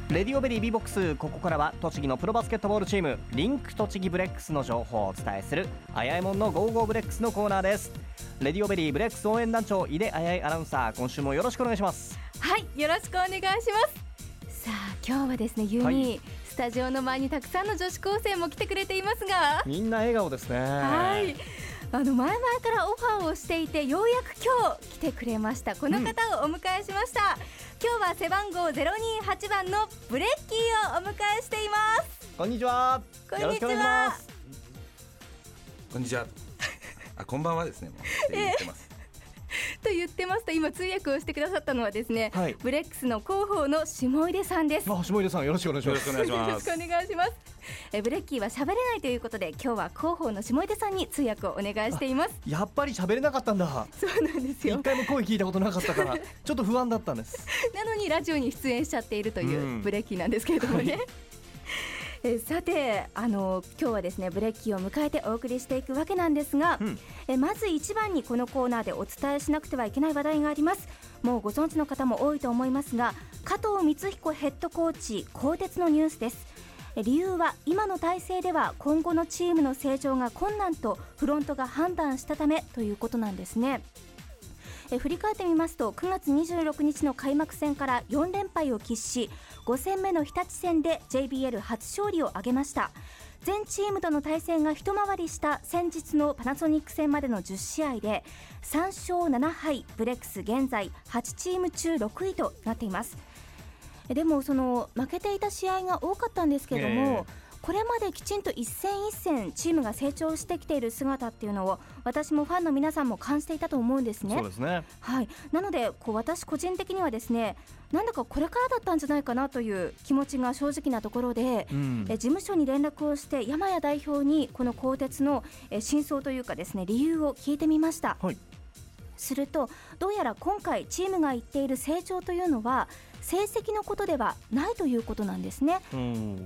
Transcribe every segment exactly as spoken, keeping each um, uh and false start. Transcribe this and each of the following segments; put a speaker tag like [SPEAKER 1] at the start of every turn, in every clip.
[SPEAKER 1] レディオベリー B ボックス、ここからは栃木のプロバスケットボールチームリンク栃木ブレックスの情報をお伝えするあやえもんのゴーゴーブレックスのコーナーです。レディオベリーブレックス応援団長井出あやえアナウンサー、今週もよろしくお願いします。
[SPEAKER 2] はい、よろしくお願いします。さあ今日はですねユニ、はい、スタジオの前にたくさんの女子高生も来てくれていますが、み
[SPEAKER 1] んな笑顔ですね。
[SPEAKER 2] はい、あの前々からオファーをしていてようやく今日来てくれました。この方をお迎えしました、うん、今日は背番号ゼロにーはちばんのブレッキーをお迎えしています。
[SPEAKER 1] こんにちは。
[SPEAKER 2] こんにちは。
[SPEAKER 1] よろしくお願いします。
[SPEAKER 3] こんにちは。あ、こんばんはですね。もう言ってます、
[SPEAKER 2] えー、と言ってますと今通訳をしてくださったのはですね、はい、ブレックスの広報の下出さんです。
[SPEAKER 1] あ、下出さんよろしくお願いします。
[SPEAKER 3] よろしくお願いします。
[SPEAKER 2] よろしくお願いします。えブレッキーは喋れないということで今日は広報の下出さんに通訳をお願いしています。
[SPEAKER 1] やっぱり喋れなかったんだ。
[SPEAKER 2] そうなんですよ。
[SPEAKER 1] 一回も声聞いたことなかったからちょっと不安だったんです。
[SPEAKER 2] なのにラジオに出演しちゃっているというブレッキーなんですけれどもね、はい、えさてあの今日はですねブレッキーを迎えてお送りしていくわけなんですが、うん、えまず一番にこのコーナーでお伝えしなくてはいけない話題があります。もうご存知の方も多いと思いますが、加藤光彦ヘッドコーチ更迭のニュースです。理由は今の体制では今後のチームの成長が困難とフロントが判断したためということなんですね。え振り返ってみますとくがつにじゅうろくにちの開幕戦からよんれんぱいを喫しご戦目の日立戦で ジェイビーエル 初勝利を挙げました。全チームとの対戦が一回りした先日のパナソニック戦までのじゅっしあいでさんしょうななはい、ブレックス現在はちチーム中ろくいとなっています。でもその負けていた試合が多かったんですけども、えーこれまできちんと一戦一戦チームが成長してきている姿っていうのを私もファンの皆さんも感じていたと思うんですね。
[SPEAKER 1] そうですね、
[SPEAKER 2] はい、なのでこう私個人的にはですねなんだかこれからだったんじゃないかなという気持ちが正直なところで、うん、え事務所に連絡をして山谷代表にこの更迭のえ真相というかですね理由を聞いてみました、はい、するとどうやら今回チームが言っている成長というのは成績のことではないということなんですね、うん、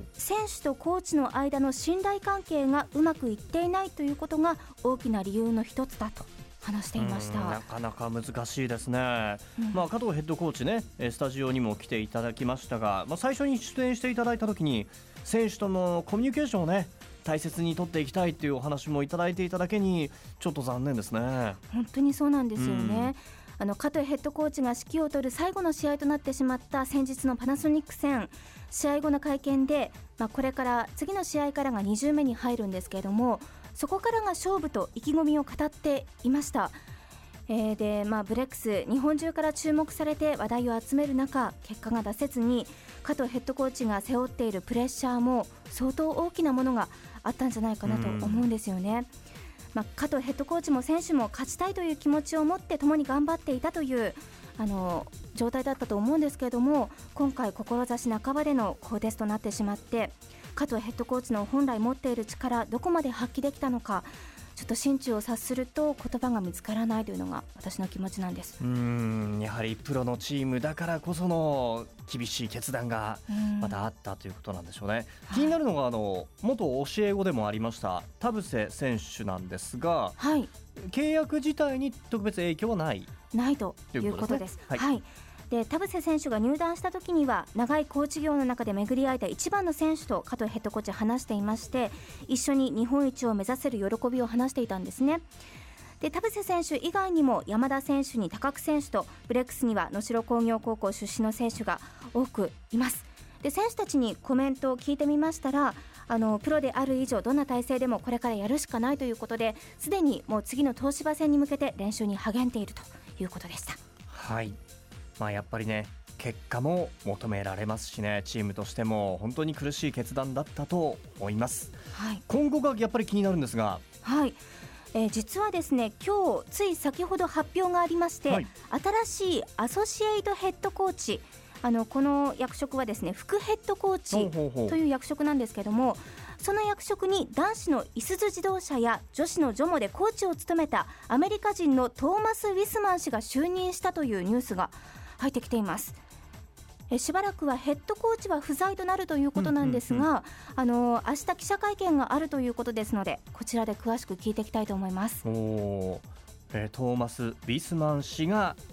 [SPEAKER 2] 選手とコーチの間の信頼関係がうまくいっていないということが大きな理由の一つだと話していました。
[SPEAKER 1] なかなか難しいですね、うんまあ、加藤ヘッドコーチねスタジオにも来ていただきましたが、まあ、最初に出演していただいた時に選手とのコミュニケーションをね大切に取っていきたいというお話もいただいていただけにちょっと残念ですね。
[SPEAKER 2] 本当にそうなんですよね、うんあの加藤ヘッドコーチが指揮を執る最後の試合となってしまった先日のパナソニック戦試合後の会見で、まあ、これから次の試合からがにじゅうめに入るんですけれどもそこからが勝負と意気込みを語っていました、えーでまあ、ブレックス日本中から注目されて話題を集める中結果が出せずに加藤ヘッドコーチが背負っているプレッシャーも相当大きなものがあったんじゃないかなと思うんですよね。まあ、加藤ヘッドコーチも選手も勝ちたいという気持ちを持って共に頑張っていたというあの状態だったと思うんですけれども今回志半ばでの更迭となってしまって加藤ヘッドコーチの本来持っている力どこまで発揮できたのかちょっと心中を察すると言葉が見つからないというのが私の気持ちなんです。
[SPEAKER 1] うーんやはりプロのチームだからこその厳しい決断がまたあったということなんでしょうね。気になるのがあの元教え子でもありました田臥選手なんですが、はい、契約自体に特別影響はない
[SPEAKER 2] ないということです。はい、はいで田臥選手が入団した時には長いコーチ業の中で巡り合えた一番の選手と加藤ヘッドコーチは話していまして一緒に日本一を目指せる喜びを話していたんですね。で田臥選手以外にも山田選手に高久選手とブレックスには能代工業高校出身の選手が多くいます。で選手たちにコメントを聞いてみましたらあのプロである以上どんな体制でもこれからやるしかないということですでにもう次の東芝戦に向けて練習に励んでいるということでした。
[SPEAKER 1] はいまあ、やっぱりね結果も求められますしねチームとしても本当に苦しい決断だったと思います、はい、今後がやっぱり気になるんですが、
[SPEAKER 2] はいえー、実はですね今日つい先ほど発表がありまして、はい、新しいアソシエイトヘッドコーチあのこの役職はですね副ヘッドコーチという役職なんですけどもその役職に男子のいすゞ自動車や女子のジョモでコーチを務めたアメリカ人のトーマス・ウィスマン氏が就任したというニュースが入ってきています。えしばらくはヘッドコーチは不在となるということなんですが、うんうんうん、あの明日記者会見があるということですのでこちらで詳しく聞いていきたいと思います。
[SPEAKER 1] お、えー、トーマス・ウィスマン氏が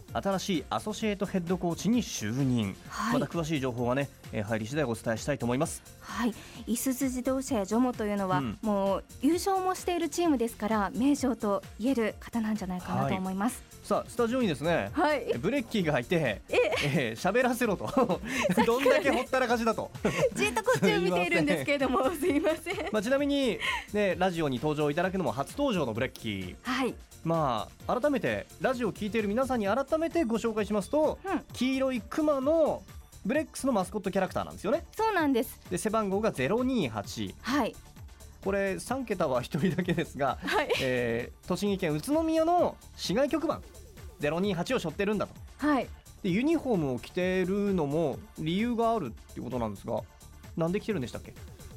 [SPEAKER 1] 新しいアソシエイトヘッドコーチに就任、はい、また詳しい情報はね、えー、入り次第お伝えしたいと思います。
[SPEAKER 2] はい、いすゞ自動車やジョモというのは、うん、もう優勝もしているチームですから名将と言える方なんじゃないかなと思います。
[SPEAKER 1] はい、さあスタジオにですね、はい、ブレッキーがいてえー、喋らせろとどんだけほったらかしだと
[SPEAKER 2] じっとこっちを見ているんですけれどもすいません。
[SPEAKER 1] まあ、ちなみに、ね、ラジオに登場いただくのも初登場のブレッキー、はい、まあ、改めてラジオを聞いている皆さんに改めてご紹介しますと、うん、黄色いクマのブレックスのマスコットキャラクターなんですよね。
[SPEAKER 2] そうなんです。
[SPEAKER 1] で背番号がゼロにはち、はい、これさん桁はひとりだけですが、はい、えー、栃木県宇都宮の市外局番ゼロにはちを背負ってるんだと、はい、でユニフォームを着てるのも理由があるっていうことなんですが、なんで着てるんでしたっけ？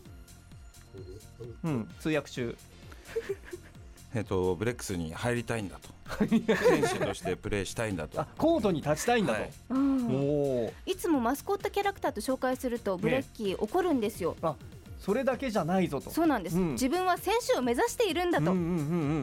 [SPEAKER 1] うん、通訳中
[SPEAKER 3] えっとブレックスに入りたいんだと選手としてプレーしたいんだと
[SPEAKER 1] あコートに立ちたいんだと、はい、
[SPEAKER 2] うん、おいつもマスコットキャラクターと紹介するとブレッキー怒るんですよ、
[SPEAKER 1] ね、あそれだけじゃないぞと。
[SPEAKER 2] そうなんです、うん、自分は選手を目指しているんだと、うんうんうんうん、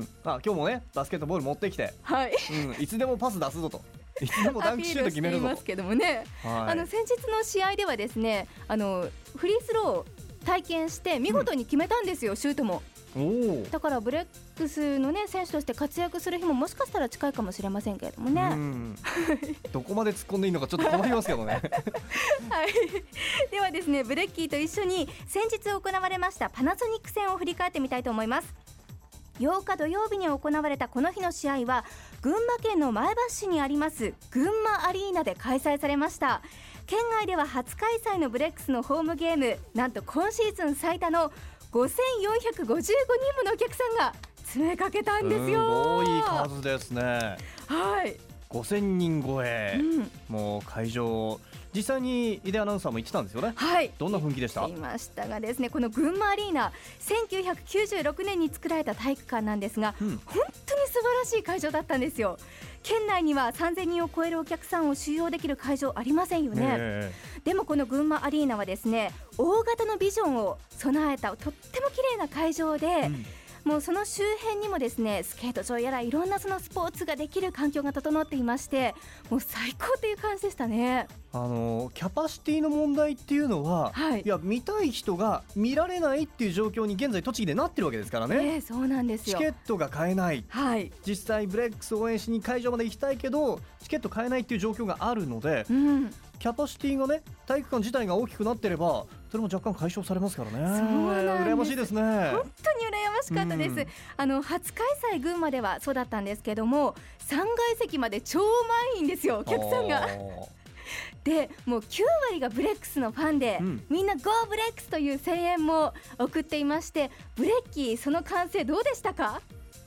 [SPEAKER 2] あ今日もねバスケットボール持ってきて、はい、うん、いつでもパス出すぞといつでもダンクシュート決めるぞとアピールしていますけどもね、はい、あの先日の試合ではですね、あのフリースロー体験して見事に決めたんですよ、うん、シュートも。おだからブレックスの、ね、選手として活躍する日ももしかしたら近いかもしれませんけれどもね。うん
[SPEAKER 1] どこまで突っ込んでいいのかちょっと困りますけどね、はい、
[SPEAKER 2] ではですねブレッキーと一緒に先日行われましたパナソニック戦を振り返ってみたいと思います。ようか土曜日に行われたこの日の試合は群馬県の前橋市にあります群馬アリーナで開催されました。県外では初開催のブレックスのホームゲーム、なんと今シーズン最多のごせんよんひゃくごじゅうごにんものお客さんが詰めかけたんですよ。
[SPEAKER 1] すごい数ですね。はい、ごせんにん超え、うん、もう会場実際に井出アナウンサーも行ってたんですよね。はい、どんな雰囲気でした？
[SPEAKER 2] いましたがですね、この群馬アリーナせんきゅうひゃくきゅうじゅうろくねんに作られた体育館なんですが、うん、本当に素晴らしい会場だったんですよ。県内にはさんぜんにんを超えるお客さんを収容できる会場ありませんよね。でもこの群馬アリーナはですね、大型のビジョンを備えたとっても綺麗な会場で、うん、もうその周辺にもですねスケート場やらいろんなそのスポーツができる環境が整っていまして、もう最高という感じでしたね。
[SPEAKER 1] あのキャパシティの問題っていうのは、はい、いや見たい人が見られないっていう状況に現在栃木でなってるわけですからね、
[SPEAKER 2] えー、そうなんですよ。
[SPEAKER 1] チケットが買えない、はい、実際ブレックス応援しに会場まで行きたいけどチケット買えないっていう状況があるので、うん、キャパシティがね体育館自体が大きくなってればそれも若干解消されますからね。そうなんです。羨ましいですね。本
[SPEAKER 2] 当に羨ましかったです、うん、あの初開催群馬ではそうだったんですけどもさんがい席まで超満員ですよお客さんがでもうきゅう割がブレックスのファンで、うん、みんな ゴー ブレックスという声援も送っていまして、ブレッキーその歓声どうでしたか？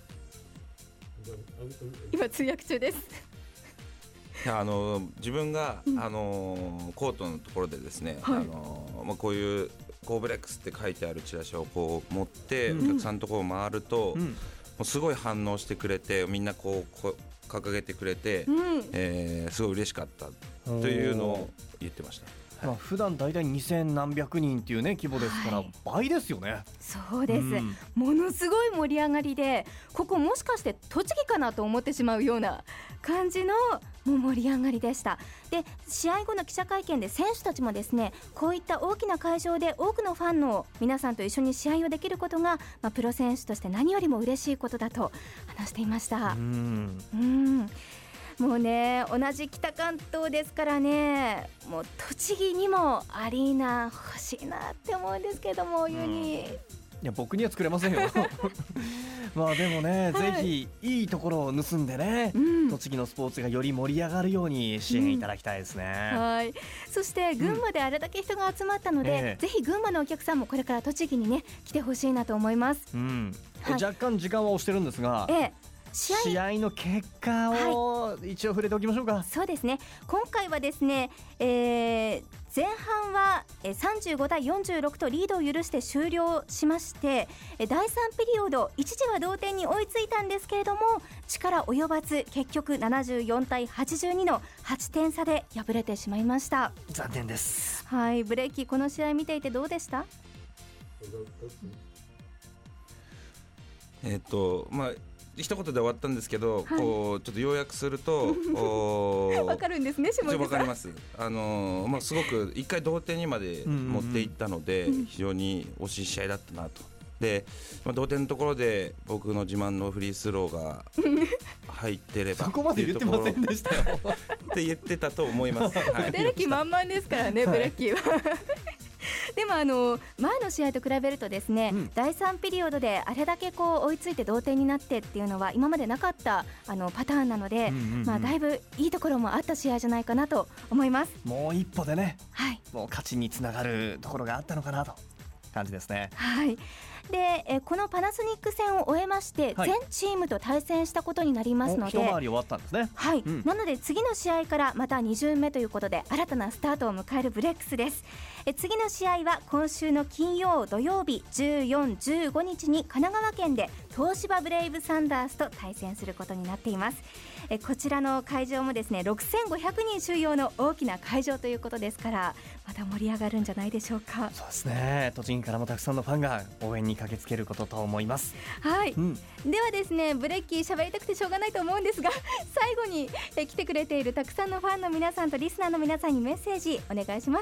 [SPEAKER 2] 今通訳中です。
[SPEAKER 3] いやあの自分が、うん、あのコートのところでですね、はい、あのまあ、こういうゴーブレックスって書いてあるチラシをこう持って、うん、お客さんのところを回ると、うん、もうすごい反応してくれてみんなこうこう掲げてくれて、うん、えー、すごい嬉しかったというのを言ってました。
[SPEAKER 1] まあ、普段だいたいにせんなんびゃくにんっていう、ね、規模ですから、はい、倍ですよね。
[SPEAKER 2] そうです、うん、ものすごい盛り上がりで、ここもしかして栃木かなと思ってしまうような感じのもう盛り上がりでした。で試合後の記者会見で選手たちもですね、こういった大きな会場で多くのファンの皆さんと一緒に試合をできることが、まあ、プロ選手として何よりも嬉しいことだと話していました。うん、うんもうね、同じ北関東ですからね、もう栃木にもアリーナ欲しいなって思うんですけども、ユニ、い
[SPEAKER 1] や僕には作れませんよまあでもね、はい、ぜひいいところを盗んでね、うん、栃木のスポーツがより盛り上がるように支援いただきたいですね、
[SPEAKER 2] うん、はい。そして群馬であれだけ人が集まったので、うんえー、ぜひ群馬のお客さんもこれから栃木にね来てほしいなと思います、
[SPEAKER 1] うんはい、若干時間は押してるんですが、えー試合、試合の結果を一応触れておきましょうか、
[SPEAKER 2] はい、そうですね。今回はですね、えー、前半はさんじゅうごたいよんじゅうろくとリードを許して終了しまして、だいさんピリオド一時は同点に追いついたんですけれども力及ばず結局ななじゅうよんたいはちじゅうにのはちてん差で敗れてしまいました。
[SPEAKER 1] 残念です。
[SPEAKER 2] はい。ブレイキー、この試合見ていてどうでした？
[SPEAKER 3] えっとまあ一言で終わったんですけど、
[SPEAKER 2] はい、
[SPEAKER 3] こうちょっと要約すると
[SPEAKER 2] わかるんですね、下出さん。
[SPEAKER 3] わかります。あのーまあ、すごく一回同点にまで持っていったので、うんうんうん、非常に惜しい試合だったなと。で、まあ、同点のところで僕の自慢のフリースローが入ってれば
[SPEAKER 1] そこまで言ってませんでしたよ
[SPEAKER 3] って言ってたと思います。はい、
[SPEAKER 2] 出る気満々ですからね、ブレッキーはでもあの前の試合と比べるとですね、うん、だいさんピリオドであれだけこう追いついて同点になってっていうのは今までなかったあのパターンなので、うんうんうん、まあ、だいぶいいところもあった試合じゃないかなと思います。
[SPEAKER 1] もう一歩でね、
[SPEAKER 2] はい、
[SPEAKER 1] もう勝ちにつながるところがあったのかなと感じですね。
[SPEAKER 2] はい、でえこのパナソニック戦を終えまして、はい、全チームと対戦したことになりますので、
[SPEAKER 1] 一回り終わったんですね。
[SPEAKER 2] はい、うん、なので次の試合からまたに巡目ということで新たなスタートを迎えるブレックスです。え次の試合は今週の金曜土曜日じゅうよっか、じゅうごにちに神奈川県で東芝ブレイブサンダースと対戦することになっています。えこちらの会場もですねろくせんごひゃくにん収容の大きな会場ということですから、また盛り上がるんじゃないでしょうか。
[SPEAKER 1] そうですね、栃木からもたくさんのファンが応援に駆けつけることと思います。
[SPEAKER 2] はい、うん、ではですねブレッキー喋りたくてしょうがないと思うんですが最後にえ来てくれているたくさんのファンの皆さんとリスナーの皆さんにメッセージお願いします。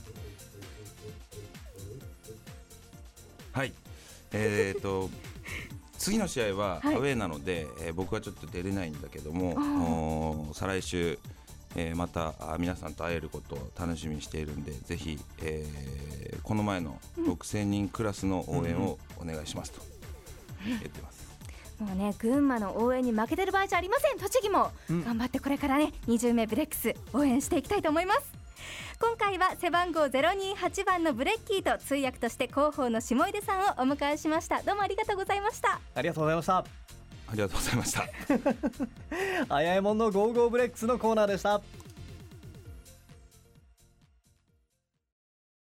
[SPEAKER 3] はい、えーと次の試合はアウェーなので、はい、えー、僕はちょっと出れないんだけども、再来週、えー、また皆さんと会えることを楽しみにしているんで、ぜひ、えー、この前のろくせんにんクラスの応援をお願いしますと言ってます。
[SPEAKER 2] もうね、群馬の応援に負けてる場合じゃありません。栃木も頑張ってこれからねに巡目ブレックス応援していきたいと思います。今回は背番号ゼロにはちばんのブレッキーと通訳として広報の下出さんをお迎えしました。どうもありがとうございました。
[SPEAKER 1] ありがとうございました。
[SPEAKER 3] ありがとうございました
[SPEAKER 1] あやえもんのゴーゴーブレックスのコーナーでした。